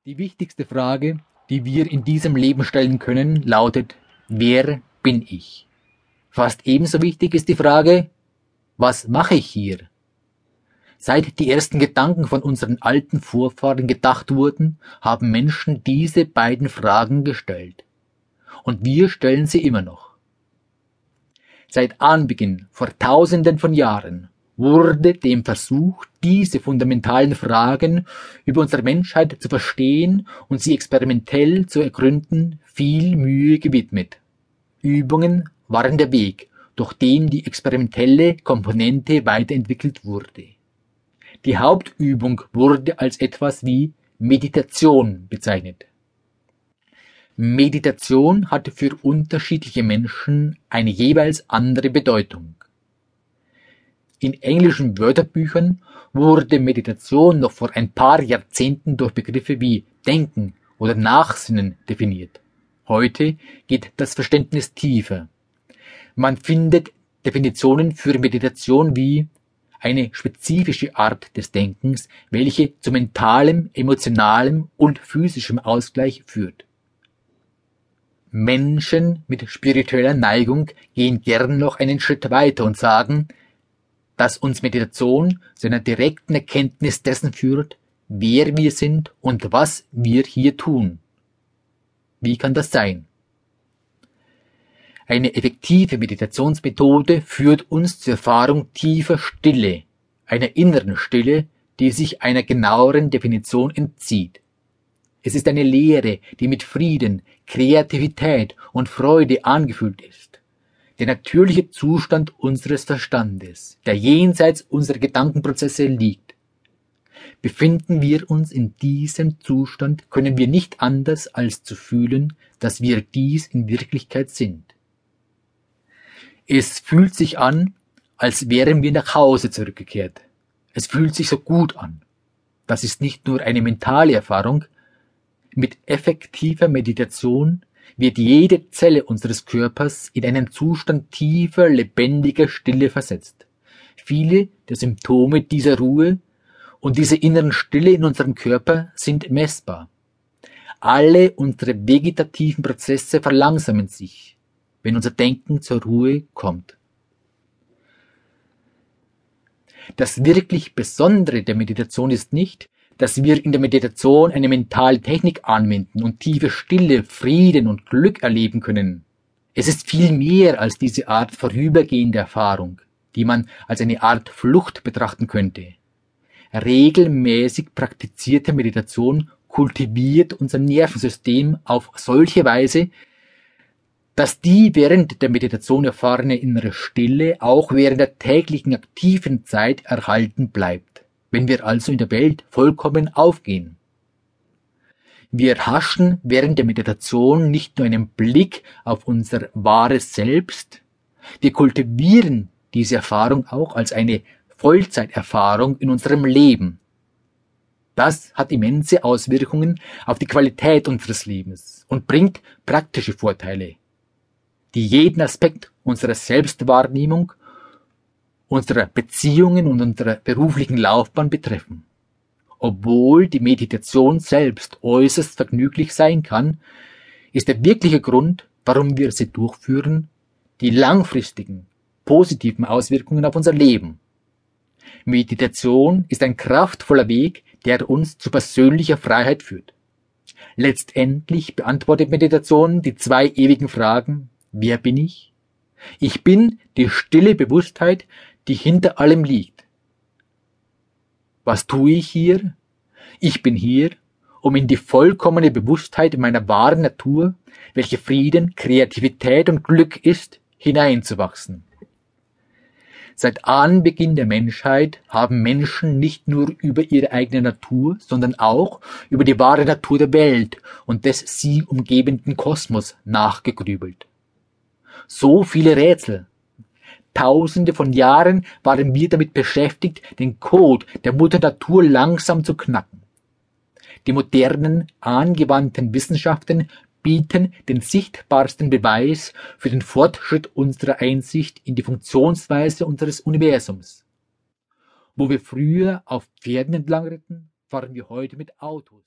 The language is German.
Die wichtigste Frage, die wir in diesem Leben stellen können, lautet: Wer bin ich? Fast ebenso wichtig ist die Frage: Was mache ich hier? Seit die ersten Gedanken von unseren alten Vorfahren gedacht wurden, haben Menschen diese beiden Fragen gestellt. Und wir stellen sie immer noch. Seit Anbeginn, vor Tausenden von Jahren, wurde dem Versuch, diese fundamentalen Fragen über unsere Menschheit zu verstehen und sie experimentell zu ergründen, viel Mühe gewidmet. Übungen waren der Weg, durch den die experimentelle Komponente weiterentwickelt wurde. Die Hauptübung wurde als etwas wie Meditation bezeichnet. Meditation hatte für unterschiedliche Menschen eine jeweils andere Bedeutung. In englischen Wörterbüchern wurde Meditation noch vor ein paar Jahrzehnten durch Begriffe wie Denken oder Nachsinnen definiert. Heute geht das Verständnis tiefer. Man findet Definitionen für Meditation wie eine spezifische Art des Denkens, welche zu mentalem, emotionalem und physischem Ausgleich führt. Menschen mit spiritueller Neigung gehen gern noch einen Schritt weiter und sagen, dass uns Meditation zu einer direkten Erkenntnis dessen führt, wer wir sind und was wir hier tun. Wie kann das sein? Eine effektive Meditationsmethode führt uns zur Erfahrung tiefer Stille, einer inneren Stille, die sich einer genaueren Definition entzieht. Es ist eine Lehre, die mit Frieden, Kreativität und Freude angefüllt ist. Der natürliche Zustand unseres Verstandes, der jenseits unserer Gedankenprozesse liegt. Befinden wir uns in diesem Zustand, können wir nicht anders als zu fühlen, dass wir dies in Wirklichkeit sind. Es fühlt sich an, als wären wir nach Hause zurückgekehrt. Es fühlt sich so gut an. Das ist nicht nur eine mentale Erfahrung. Mit effektiver Meditation wird jede Zelle unseres Körpers in einen Zustand tiefer, lebendiger Stille versetzt. Viele der Symptome dieser Ruhe und dieser inneren Stille in unserem Körper sind messbar. Alle unsere vegetativen Prozesse verlangsamen sich, wenn unser Denken zur Ruhe kommt. Das wirklich Besondere der Meditation ist nicht, dass wir in der Meditation eine mentale Technik anwenden und tiefe Stille, Frieden und Glück erleben können. Es ist viel mehr als diese Art vorübergehender Erfahrung, die man als eine Art Flucht betrachten könnte. Regelmäßig praktizierte Meditation kultiviert unser Nervensystem auf solche Weise, dass die während der Meditation erfahrene innere Stille auch während der täglichen aktiven Zeit erhalten bleibt, wenn wir also in der Welt vollkommen aufgehen. Wir erhaschen während der Meditation nicht nur einen Blick auf unser wahres Selbst, wir kultivieren diese Erfahrung auch als eine Vollzeiterfahrung in unserem Leben. Das hat immense Auswirkungen auf die Qualität unseres Lebens und bringt praktische Vorteile, die jeden Aspekt unserer Selbstwahrnehmung, unserer Beziehungen und unserer beruflichen Laufbahn betreffen. Obwohl die Meditation selbst äußerst vergnüglich sein kann, ist der wirkliche Grund, warum wir sie durchführen, die langfristigen, positiven Auswirkungen auf unser Leben. Meditation ist ein kraftvoller Weg, der uns zu persönlicher Freiheit führt. Letztendlich beantwortet Meditation die zwei ewigen Fragen: Wer bin ich? Ich bin die stille Bewusstheit, die hinter allem liegt. Was tue ich hier? Ich bin hier, um in die vollkommene Bewusstheit meiner wahren Natur, welche Frieden, Kreativität und Glück ist, hineinzuwachsen. Seit Anbeginn der Menschheit haben Menschen nicht nur über ihre eigene Natur, sondern auch über die wahre Natur der Welt und des sie umgebenden Kosmos nachgegrübelt. So viele Rätsel. Tausende von Jahren waren wir damit beschäftigt, den Code der Mutter Natur langsam zu knacken. Die modernen, angewandten Wissenschaften bieten den sichtbarsten Beweis für den Fortschritt unserer Einsicht in die Funktionsweise unseres Universums. Wo wir früher auf Pferden entlang ritten, fahren wir heute mit Autos.